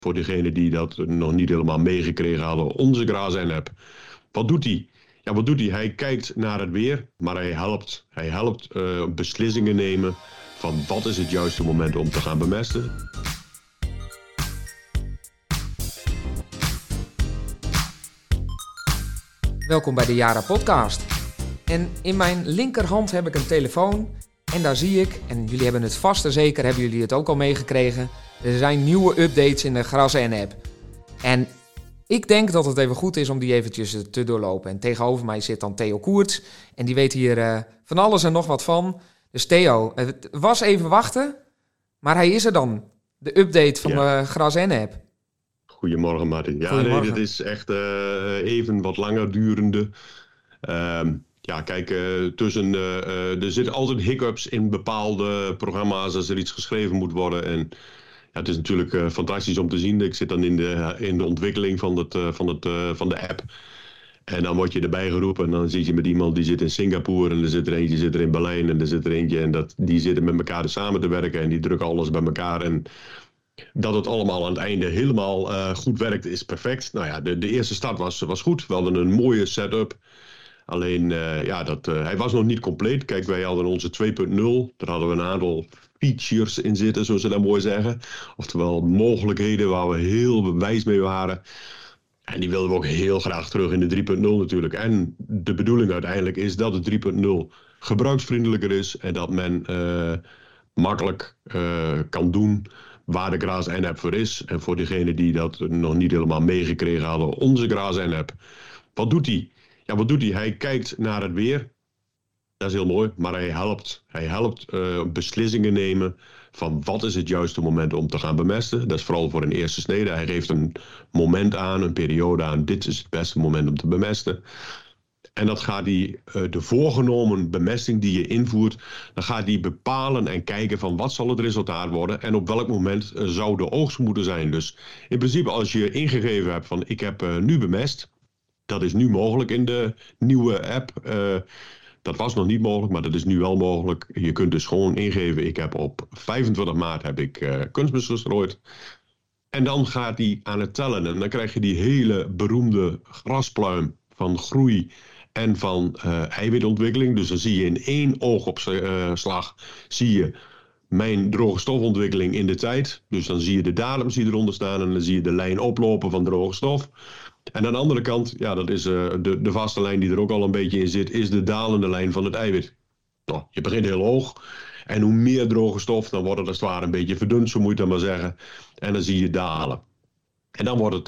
Voor degenen die dat nog niet helemaal meegekregen hadden, onze GrazN-app. Wat doet hij? Ja, wat doet hij? Hij kijkt naar het weer, maar hij helpt. Hij helpt beslissingen nemen van wat is het juiste moment om te gaan bemesten. Welkom bij de Yara podcast. En in mijn linkerhand heb ik een telefoon en daar zie ik, en jullie hebben het vast en zeker, hebben jullie het ook al meegekregen, er zijn nieuwe updates in de GrazN-app. En ik denk dat het even goed is om die eventjes te doorlopen. En tegenover mij zit dan Theo Koerts en die weet hier van alles en nog wat van. Dus Theo, het was even wachten, maar hij is er dan. De update van de GrazN-app. Goedemorgen, Martin. Ja, Goedemorgen. Nee, dit is echt even wat langer durende. Ja, kijk, er zitten altijd hiccups in bepaalde programma's als er iets geschreven moet worden. En ja, het is natuurlijk fantastisch om te zien. Ik zit dan in de ontwikkeling van de app. En dan word je erbij geroepen en dan zie je met iemand die zit in Singapore en er zit er eentje zit er in Berlijn en er zit er eentje en die zitten met elkaar samen te werken en die drukken alles bij elkaar. En dat het allemaal aan het einde helemaal goed werkt is perfect. Nou ja, de eerste start was goed. We hadden een mooie setup. Alleen, hij was nog niet compleet. Kijk, wij hadden onze 2.0. Daar hadden we een aantal features in zitten, zoals ze dat mooi zeggen. Oftewel mogelijkheden waar we heel wijs mee waren. En die wilden we ook heel graag terug in de 3.0 natuurlijk. En de bedoeling uiteindelijk is dat de 3.0 gebruiksvriendelijker is. En dat men makkelijk kan doen waar de GrazN-app voor is. En voor degenen die dat nog niet helemaal meegekregen hadden, onze GrazN-app. Wat doet hij? Ja, wat doet hij? Hij kijkt naar het weer. Dat is heel mooi, maar hij helpt. Hij helpt beslissingen nemen van wat is het juiste moment om te gaan bemesten. Dat is vooral voor een eerste snede. Hij geeft een moment aan, een periode aan. Dit is het beste moment om te bemesten. En dat gaat hij, de voorgenomen bemesting die je invoert, dan gaat hij bepalen en kijken van wat zal het resultaat worden en op welk moment zou de oogst moeten zijn. Dus in principe als je ingegeven hebt van ik heb nu bemest, dat is nu mogelijk in de nieuwe app. Dat was nog niet mogelijk, maar dat is nu wel mogelijk. Je kunt dus gewoon ingeven, ik heb op 25 maart heb ik kunstmest gestrooid. En dan gaat hij aan het tellen en dan krijg je die hele beroemde graspluim van groei en van eiwitontwikkeling. Dus dan zie je in één oogopslag zie je mijn droge stofontwikkeling in de tijd. Dus dan zie je de datums die eronder staan en dan zie je de lijn oplopen van droge stof. En aan de andere kant, ja, dat is de vaste lijn die er ook al een beetje in zit, is de dalende lijn van het eiwit. Nou, je begint heel hoog. En hoe meer droge stof, dan wordt het als het ware een beetje verdund, zo moet je dat maar zeggen. En dan zie je dalen. En dan wordt het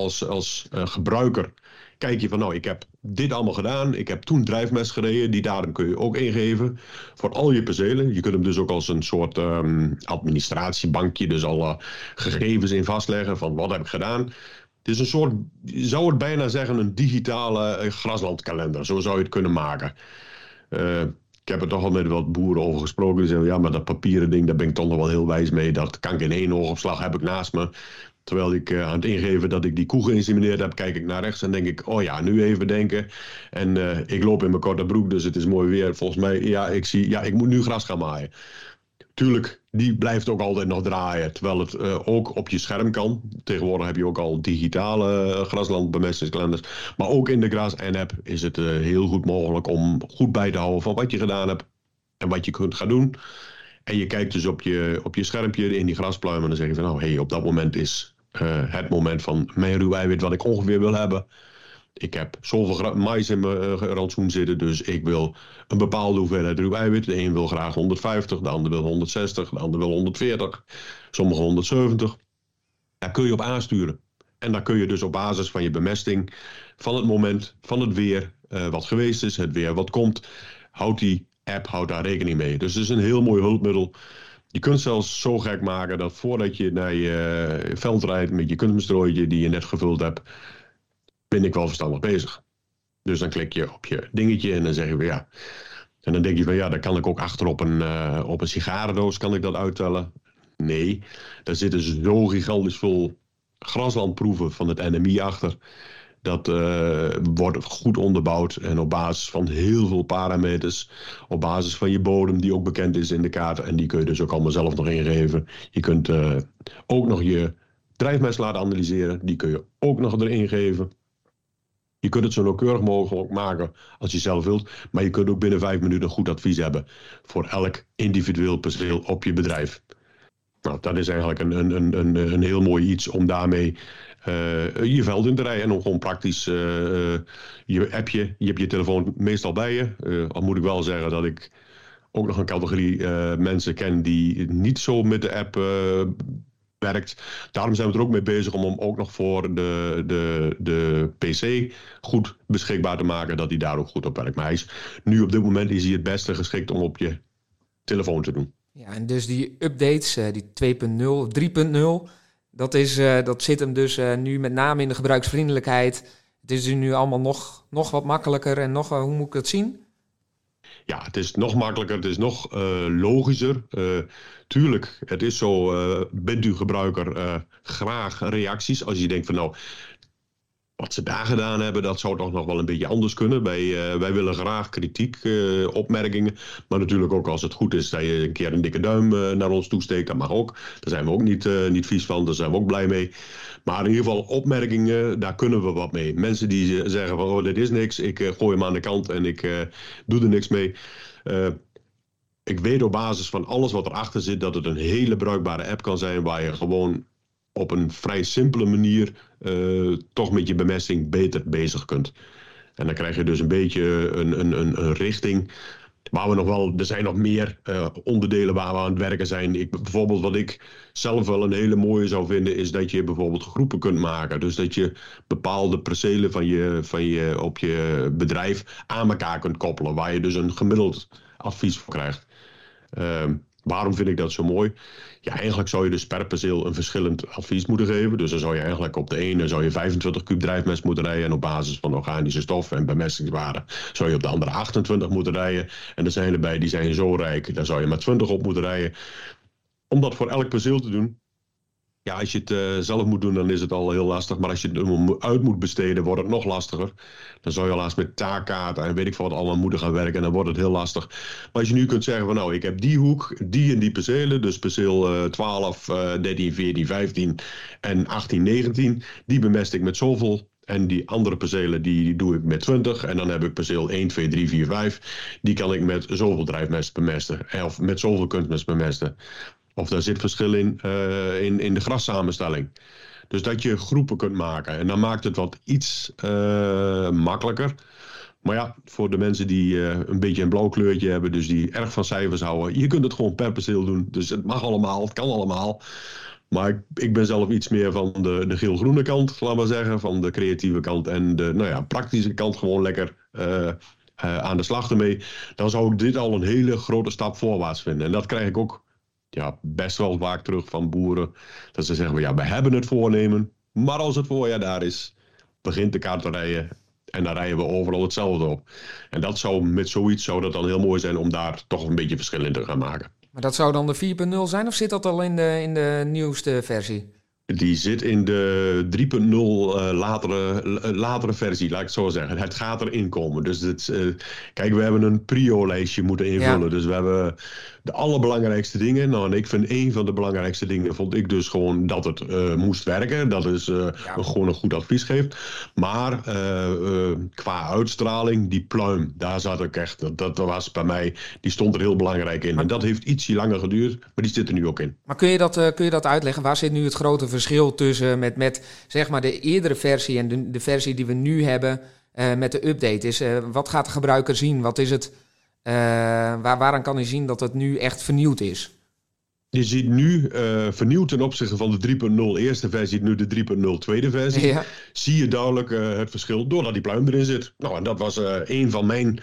als gebruiker, kijk je van nou, ik heb dit allemaal gedaan. Ik heb toen drijfmest gereden. Die datum kun je ook ingeven voor al je percelen. Je kunt hem dus ook als een soort administratiebankje, dus alle gegevens in vastleggen van wat heb ik gedaan. Het is een soort, je zou het bijna zeggen, een digitale graslandkalender. Zo zou je het kunnen maken. Ik heb er toch al met wat boeren over gesproken. Die zeggen, ja, maar dat papieren ding, daar ben ik toch nog wel heel wijs mee. Dat kan ik in één oogopslag, heb ik naast me. Terwijl ik aan het ingeven dat ik die koe geïnsemineerd heb, kijk ik naar rechts en denk ik, oh ja, nu even denken. En ik loop in mijn korte broek, dus het is mooi weer. Volgens mij, ik moet nu gras gaan maaien. Tuurlijk, die blijft ook altijd nog draaien, terwijl het ook op je scherm kan. Tegenwoordig heb je ook al digitale graslandbemestingskalenders. Maar ook in de GrazN-app is het heel goed mogelijk om goed bij te houden van wat je gedaan hebt en wat je kunt gaan doen. En je kijkt dus op je schermpje in die graspluim en dan zeg je van nou, op dat moment is het moment van mijn ruw eiwit wat ik ongeveer wil hebben. Ik heb zoveel mais in mijn rantsoen zitten, dus ik wil een bepaalde hoeveelheid ruw eiwit. De een wil graag 150, de ander wil 160, de ander wil 140, sommigen 170. Daar kun je op aansturen. En dan kun je dus op basis van je bemesting, van het moment, van het weer wat geweest is, het weer wat komt, houdt die app daar rekening mee. Dus het is een heel mooi hulpmiddel. Je kunt zelfs zo gek maken dat voordat je naar je veld rijdt met je kunstmestrooitje die je net gevuld hebt, ben ik wel verstandig bezig. Dus dan klik je op je dingetje en dan zeg je ja. En dan denk je van ja, dan kan ik ook achter op een sigarendoos kan ik dat uittellen. Nee, daar zitten zo gigantisch veel graslandproeven van het NMI achter. Dat wordt goed onderbouwd en op basis van heel veel parameters. Op basis van je bodem die ook bekend is in de kaart. En die kun je dus ook allemaal zelf nog ingeven. Je kunt ook nog je drijfmest laten analyseren. Die kun je ook nog erin geven. Je kunt het zo nauwkeurig mogelijk maken als je zelf wilt. Maar je kunt ook binnen 5 minuten goed advies hebben voor elk individueel perceel op je bedrijf. Nou, dat is eigenlijk een heel mooi iets om daarmee je veld in te rijden. En om gewoon praktisch je hebt je telefoon meestal bij je. Al moet ik wel zeggen dat ik ook nog een categorie mensen ken die niet zo met de app werkt. Daarom zijn we er ook mee bezig om ook nog voor de PC goed beschikbaar te maken, dat hij daar ook goed op werkt. Maar op dit moment is hij het beste geschikt om op je telefoon te doen. Ja, en dus die updates, die 2.0, 3.0, dat zit hem dus nu met name in de gebruiksvriendelijkheid. Het is nu allemaal nog wat makkelijker en hoe moet ik dat zien? Ja, het is nog makkelijker, het is nog logischer. Tuurlijk, het is zo, bent u gebruiker graag reacties. Als je denkt van nou, wat ze daar gedaan hebben, dat zou toch nog wel een beetje anders kunnen. Wij willen graag kritiek, opmerkingen. Maar natuurlijk ook als het goed is dat je een keer een dikke duim naar ons toesteekt. Dat mag ook. Daar zijn we ook niet vies van, daar zijn we ook blij mee. Maar in ieder geval opmerkingen, daar kunnen we wat mee. Mensen die zeggen van dit is niks, ik gooi hem aan de kant en ik doe er niks mee. Ik weet op basis van alles wat erachter zit dat het een hele bruikbare app kan zijn waar je gewoon op een vrij simpele manier toch met je bemesting beter bezig kunt. En dan krijg je dus een beetje een richting. Maar er zijn nog meer onderdelen waar we aan het werken zijn. Bijvoorbeeld wat ik zelf wel een hele mooie zou vinden, is dat je bijvoorbeeld groepen kunt maken. Dus dat je bepaalde percelen van je op je bedrijf aan elkaar kunt koppelen. Waar je dus een gemiddeld advies voor krijgt. Waarom vind ik dat zo mooi? Ja, eigenlijk zou je dus per perceel een verschillend advies moeten geven. Dus dan zou je eigenlijk op de ene zou je 25 kub drijfmest moeten rijden. En op basis van organische stof en bemestingswaarde zou je op de andere 28 moeten rijden. En er zijn erbij die zijn zo rijk, daar zou je maar 20 op moeten rijden. Om dat voor elk perceel te doen. Ja, als je het zelf moet doen, dan is het al heel lastig. Maar als je het uit moet besteden, wordt het nog lastiger. Dan zou je helaas met taakkaarten en weet ik veel wat allemaal moeten gaan werken. En dan wordt het heel lastig. Maar als je nu kunt zeggen van nou, ik heb die hoek, die en die percelen. Dus perceel 12, 13, 14, 15 en 18, 19. Die bemest ik met zoveel. En die andere percelen die doe ik met 20. En dan heb ik perceel 1, 2, 3, 4, 5. Die kan ik met zoveel drijfmest bemesten. Of met zoveel kunstmest bemesten. Of daar zit verschil in de grassamenstelling. Dus dat je groepen kunt maken. En dan maakt het wat iets makkelijker. Maar ja, voor de mensen die een beetje een blauw kleurtje hebben, dus die erg van cijfers houden, je kunt het gewoon per perceel doen. Dus het mag allemaal, het kan allemaal. Maar ik ben zelf iets meer van de geel-groene kant, laat maar zeggen. Van de creatieve kant en de praktische kant gewoon lekker aan de slag ermee. Dan zou ik dit al een hele grote stap voorwaarts vinden. En dat krijg ik ook best wel vaak terug van boeren. Dat ze zeggen, we hebben het voornemen. Maar als het voorjaar daar is, begint de kaart te rijden. En dan rijden we overal hetzelfde op. En dat zou dat dan heel mooi zijn om daar toch een beetje verschil in te gaan maken. Maar dat zou dan de 4.0 zijn of zit dat al in de nieuwste versie? Die zit in de 3.0 latere versie, laat ik het zo zeggen. Het gaat erin komen. Dus kijk, we hebben een prio-lijstje moeten invullen. Ja. Dus we hebben de allerbelangrijkste dingen. Nou, en ik vind een van de belangrijkste dingen, vond ik dus gewoon dat het moest werken. Dat is gewoon een goed advies geeft. Maar qua uitstraling, die pluim, daar zat ik echt, dat was bij mij, die stond er heel belangrijk in. Maar, en dat heeft ietsje langer geduurd, maar die zit er nu ook in. Maar kun je dat uitleggen? Waar zit nu het grote verschil tussen met zeg maar de eerdere versie en de versie die we nu hebben met de update? Wat gaat de gebruiker zien? Wat is het? Waaraan kan hij zien dat het nu echt vernieuwd is? Je ziet nu vernieuwd ten opzichte van de 3.0 eerste versie, nu de 3.0 tweede versie. Ja. Zie je duidelijk het verschil doordat die pluim erin zit. Nou, en dat was een van mijn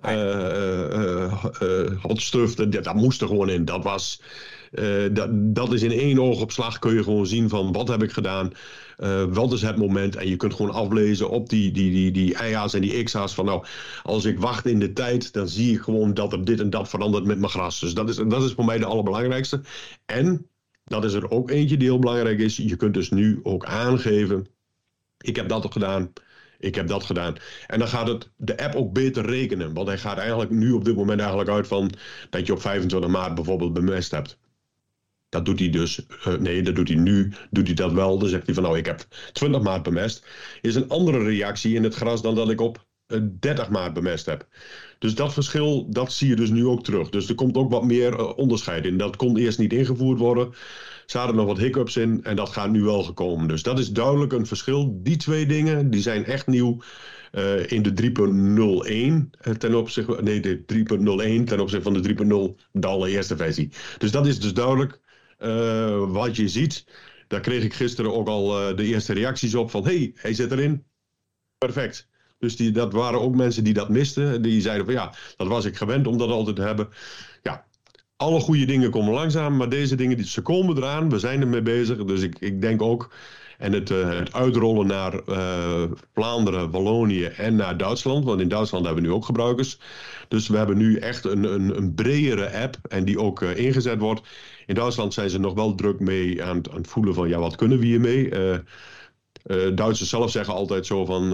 hot stuff. Dat moest er gewoon in. Dat was... dat is in één oogopslag kun je gewoon zien van wat heb ik gedaan, wat is het moment. En je kunt gewoon aflezen op die IA's en die XA's van nou, als ik wacht in de tijd, dan zie ik gewoon dat er dit en dat verandert met mijn gras. Dus dat is voor mij de allerbelangrijkste. En dat is er ook eentje die heel belangrijk is. Je kunt dus nu ook aangeven, ik heb dat gedaan. Ik heb dat gedaan. En dan gaat de app ook beter rekenen. Want hij gaat eigenlijk nu op dit moment uit van dat je op 25 maart bijvoorbeeld bemest hebt. Dat doet hij dus, dat doet hij nu, doet hij dat wel. Dan zegt hij van nou, ik heb 20 maart bemest. Is een andere reactie in het gras dan dat ik op 30 maart bemest heb. Dus dat verschil, dat zie je dus nu ook terug. Dus er komt ook wat meer onderscheid in. Dat kon eerst niet ingevoerd worden. Er zaten nog wat hiccups in en dat gaat nu wel gekomen. Dus dat is duidelijk een verschil. Die twee dingen, die zijn echt nieuw. In de 3.01 ten opzichte... Nee, de 3.01 ten opzichte van de 3.0, de allereerste versie. Dus dat is dus duidelijk wat je ziet. Daar kreeg ik gisteren ook al de eerste reacties op van... hey, hij zit erin. Perfect. Dus dat waren ook mensen die dat misten. Die zeiden van ja, dat was ik gewend om dat altijd te hebben. Ja, alle goede dingen komen langzaam. Maar deze dingen, ze komen eraan. We zijn ermee bezig. Dus ik denk ook... En het uitrollen naar Vlaanderen, Wallonië en naar Duitsland. Want in Duitsland hebben we nu ook gebruikers. Dus we hebben nu echt een bredere app. En die ook ingezet wordt. In Duitsland zijn ze nog wel druk mee aan het voelen van... ja, wat kunnen we hiermee? Duitsers zelf zeggen altijd zo van...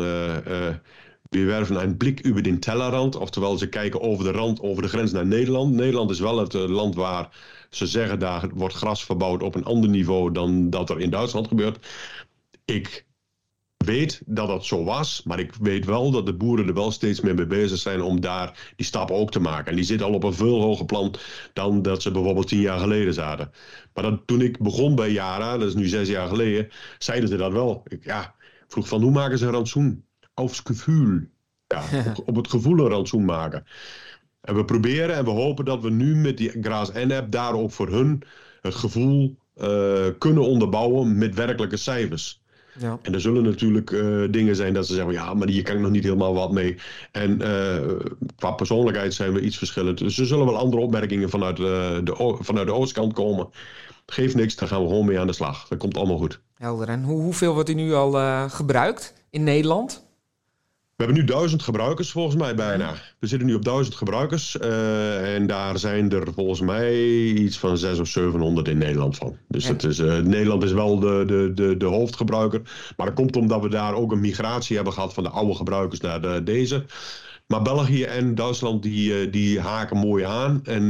we werven een blik over den Tellerrand. Oftewel, ze kijken over de rand, over de grens naar Nederland. Nederland is wel het land waar ze zeggen... daar wordt gras verbouwd op een ander niveau... dan dat er in Duitsland gebeurt. Ik weet dat dat zo was. Maar ik weet wel dat de boeren er wel steeds meer mee bezig zijn... om daar die stap ook te maken. En die zitten al op een veel hoger plan... dan dat ze bijvoorbeeld 10 jaar geleden zaten. Maar toen ik begon bij Yara, dat is nu 6 jaar geleden... zeiden ze dat wel. Ik vroeg van, hoe maken ze een rantsoen? Aufs gevoel. Ja, op het gevoel een rantsoen maken. En we proberen en we hopen dat we nu met die Gras N-app... daar ook voor hun het gevoel kunnen onderbouwen met werkelijke cijfers. Ja. En er zullen natuurlijk dingen zijn dat ze zeggen... ja, maar hier kan ik nog niet helemaal wat mee. En qua persoonlijkheid zijn we iets verschillend. Dus er zullen wel andere opmerkingen vanuit de oostkant komen. Geeft niks, daar gaan we gewoon mee aan de slag. Dat komt allemaal goed. Helder. En hoeveel wordt u nu al gebruikt in Nederland? We hebben nu 1000 gebruikers volgens mij bijna. We zitten nu op 1000 gebruikers. En daar zijn er volgens mij iets van 600 of 700 in Nederland van. Dus het is, Nederland is wel de hoofdgebruiker. Maar dat komt omdat we daar ook een migratie hebben gehad... van de oude gebruikers naar deze. Maar België en Duitsland die haken mooi aan. En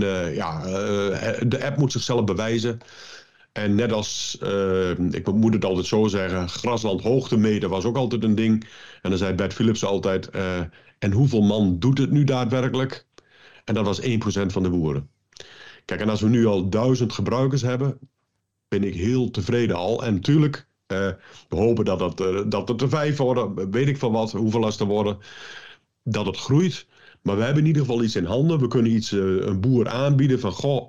de app moet zichzelf bewijzen. En net als, ik moet het altijd zo zeggen... grasland hoogte meten was ook altijd een ding. En dan zei Bert Philips altijd... en hoeveel man doet het nu daadwerkelijk? En dat was 1% van de boeren. Kijk, en als we nu al 1000 gebruikers hebben... ben ik heel tevreden al. En natuurlijk, we hopen dat het er 5 worden. Weet ik van wat, hoeveel als er worden. Dat het groeit. Maar we hebben in ieder geval iets in handen. We kunnen een boer aanbieden van... goh.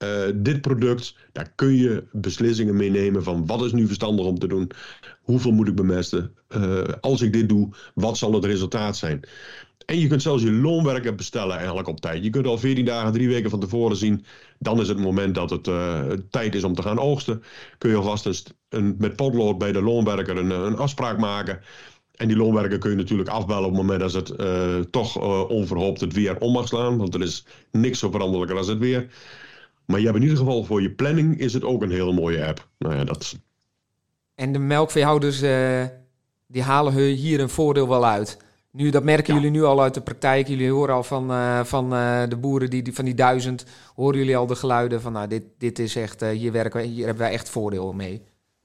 Dit product, daar kun je beslissingen mee nemen van wat is nu verstandig om te doen, hoeveel moet ik bemesten, als ik dit doe, wat zal het resultaat zijn. En je kunt zelfs je loonwerker bestellen eigenlijk op tijd. Je kunt al 14 dagen, 3 weken van tevoren zien, dan is het moment dat het tijd is om te gaan oogsten. Kun je alvast met potlood bij de loonwerker een afspraak maken. En die loonwerker kun je natuurlijk afbellen op het moment dat het toch onverhoopt het weer om mag slaan, want er is niks zo veranderlijker als het weer. Maar je hebt in ieder geval voor je planning is het ook een hele mooie app. Nou ja, dat... En de melkveehouders die halen hier een voordeel wel uit. Nu, dat merken jullie nu al uit de praktijk. Jullie horen al van de boeren die van die 1000... horen jullie al de geluiden van nou, dit is echt, hier hebben wij echt voordeel mee.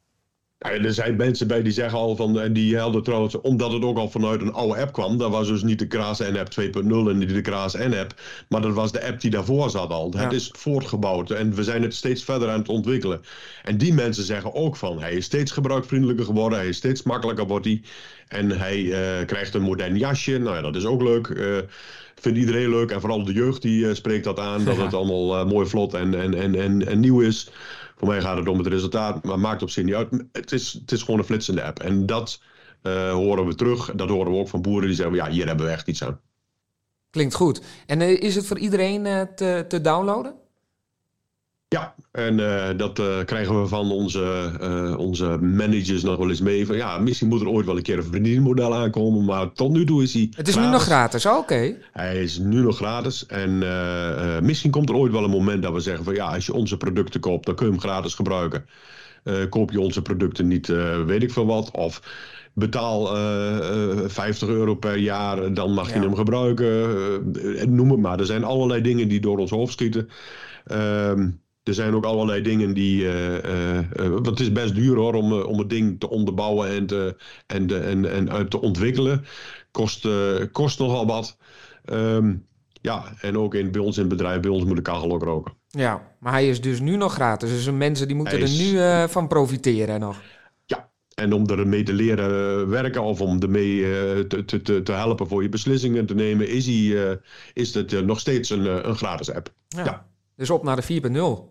Ja, er zijn mensen bij die zeggen al van, en die helden trouwens, omdat het ook al vanuit een oude app kwam. Dat was dus niet de Gras N-app 2.0 en niet de Gras N-app. Maar dat was de app die daarvoor zat al. Ja. Het is voortgebouwd en we zijn het steeds verder aan het ontwikkelen. En die mensen zeggen ook van, hij is steeds gebruikvriendelijker geworden. Hij is steeds makkelijker wordt hij. En hij krijgt een modern jasje. Nou ja, dat is ook leuk. Vindt iedereen leuk. En vooral de jeugd die spreekt dat aan. Dat het allemaal mooi vlot en nieuw is. Voor mij gaat het om het resultaat, maar maakt op zich niet uit. Het is gewoon een flitsende app. En dat horen we terug. Dat horen we ook van boeren die zeggen, ja, hier hebben we echt iets aan. Klinkt goed. En is het voor iedereen te downloaden? Ja, en dat krijgen we van onze managers nog wel eens mee. Van, ja, misschien moet er ooit wel een keer een verdienmodel aankomen, maar tot nu toe is hij Het is gratis. Nu nog gratis, oké. Hij is nu nog gratis en misschien komt er ooit wel een moment dat we zeggen van ja, als je onze producten koopt, dan kun je hem gratis gebruiken. Koop je onze producten niet, weet ik veel wat, of betaal €50 per jaar, dan mag je hem gebruiken. Noem het maar, er zijn allerlei dingen die door ons hoofd schieten. er zijn ook allerlei dingen die... want het is best duur hoor, om het ding te onderbouwen en uit te ontwikkelen. Kost nogal wat. En ook bij ons in het bedrijf, bij ons moet de kachel ook roken. Ja, maar hij is dus nu nog gratis. Dus mensen die moeten er nu van profiteren nog. Ja, en om er mee te leren werken of om ermee te helpen voor je beslissingen te nemen, is het nog steeds een gratis app. Ja. Dus op naar de 4.0.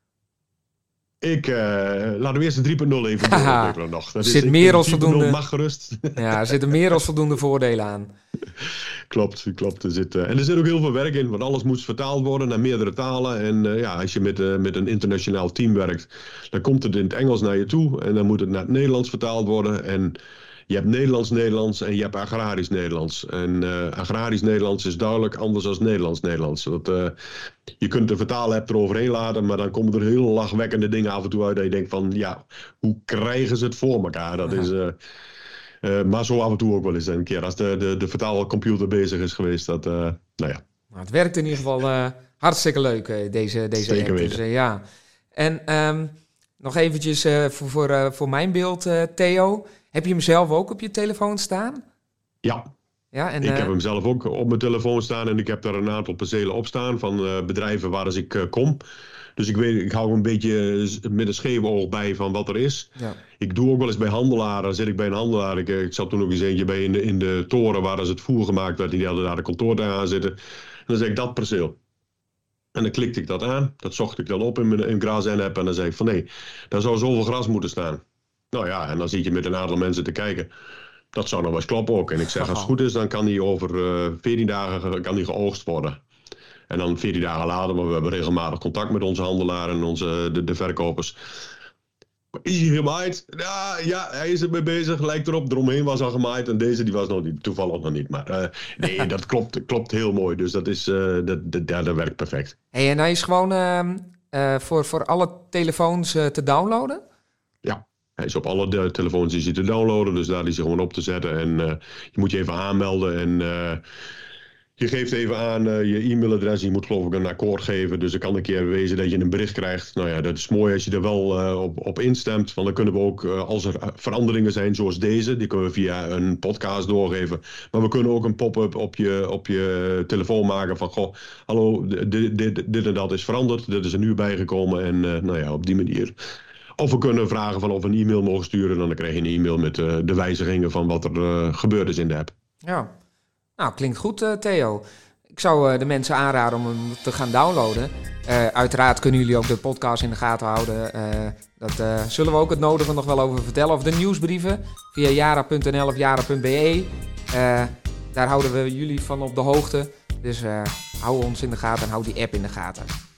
Laten we eerst de 3.0 even doorontwikkelen nog. Dat zit meer als voldoende. Mag gerust. Ja, er zitten meer als voldoende voordelen aan. Klopt. Er zit ook heel veel werk in, want alles moet vertaald worden naar meerdere talen. En als je met een internationaal team werkt, dan komt het in het Engels naar je toe. En dan moet het naar het Nederlands vertaald worden. En je hebt Nederlands-Nederlands en je hebt agrarisch-Nederlands. En agrarisch-Nederlands is duidelijk anders dan Nederlands-Nederlands. Je kunt de vertaal-app eroverheen laten, maar dan komen er heel lachwekkende dingen af en toe uit dat je denkt van, ja, hoe krijgen ze het voor elkaar? Dat is... maar zo af en toe ook wel eens een keer als de vertaalcomputer bezig is geweest. Nou, het werkt in ieder geval hartstikke leuk, deze Zeker app. weten. Dus, En nog eventjes voor mijn beeld, Theo. Heb je hem zelf ook op je telefoon staan? Ja. Ja, en, ik heb hem zelf ook op mijn telefoon staan en ik heb daar een aantal percelen op staan van bedrijven waar ik kom. Dus ik hou een beetje met een scheef oog bij van wat er is. Ja. Ik doe ook wel eens bij handelaren. Dan zit ik bij een handelaar. Ik zat toen ook eens eentje bij in de toren waar ze het voer gemaakt werd. Die hadden daar de kantoor aan zitten. En dan zeg ik dat perceel. En dan klikte ik dat aan. Dat zocht ik dan op in mijn GraZen-app. En dan zei ik van nee, daar zou zoveel gras moeten staan. Nou ja, en dan zit je met een aantal mensen te kijken. Dat zou nog wel eens kloppen ook. En ik zeg, als het goed is, dan kan die over 14 dagen geoogst worden. En dan 14 dagen later, maar we hebben regelmatig contact met onze handelaren en de verkopers. Is hij gemaaid? Ja, hij is ermee bezig. Lijkt erop. Eromheen was al gemaaid. En deze die was nog niet. Toevallig nog niet. Maar nee, dat klopt heel mooi. Dus dat werkt perfect. Hey, en hij is gewoon voor alle telefoons te downloaden? Ja. Hij is op alle telefoons die te downloaden. Dus daar is hij gewoon op te zetten. En je moet je even aanmelden. En je geeft even aan je e-mailadres. Je moet geloof ik een akkoord geven. Dus dan kan een keer wezen dat je een bericht krijgt. Nou ja, dat is mooi als je er wel op instemt. Want dan kunnen we ook, als er veranderingen zijn zoals deze. Die kunnen we via een podcast doorgeven. Maar we kunnen ook een pop-up op je telefoon maken. Van goh, hallo, dit en dat is veranderd. Dit is er nu bijgekomen. En op die manier... Of we kunnen vragen van of we een e-mail mogen sturen. Dan krijg je een e-mail met de wijzigingen van wat er gebeurd is in de app. Ja, nou klinkt goed Theo. Ik zou de mensen aanraden om hem te gaan downloaden. Uiteraard kunnen jullie ook de podcast in de gaten houden. Dat zullen we ook het nodige nog wel over vertellen. Of de nieuwsbrieven via jara.nl of jara.be. Daar houden we jullie van op de hoogte. Dus hou ons in de gaten en hou die app in de gaten.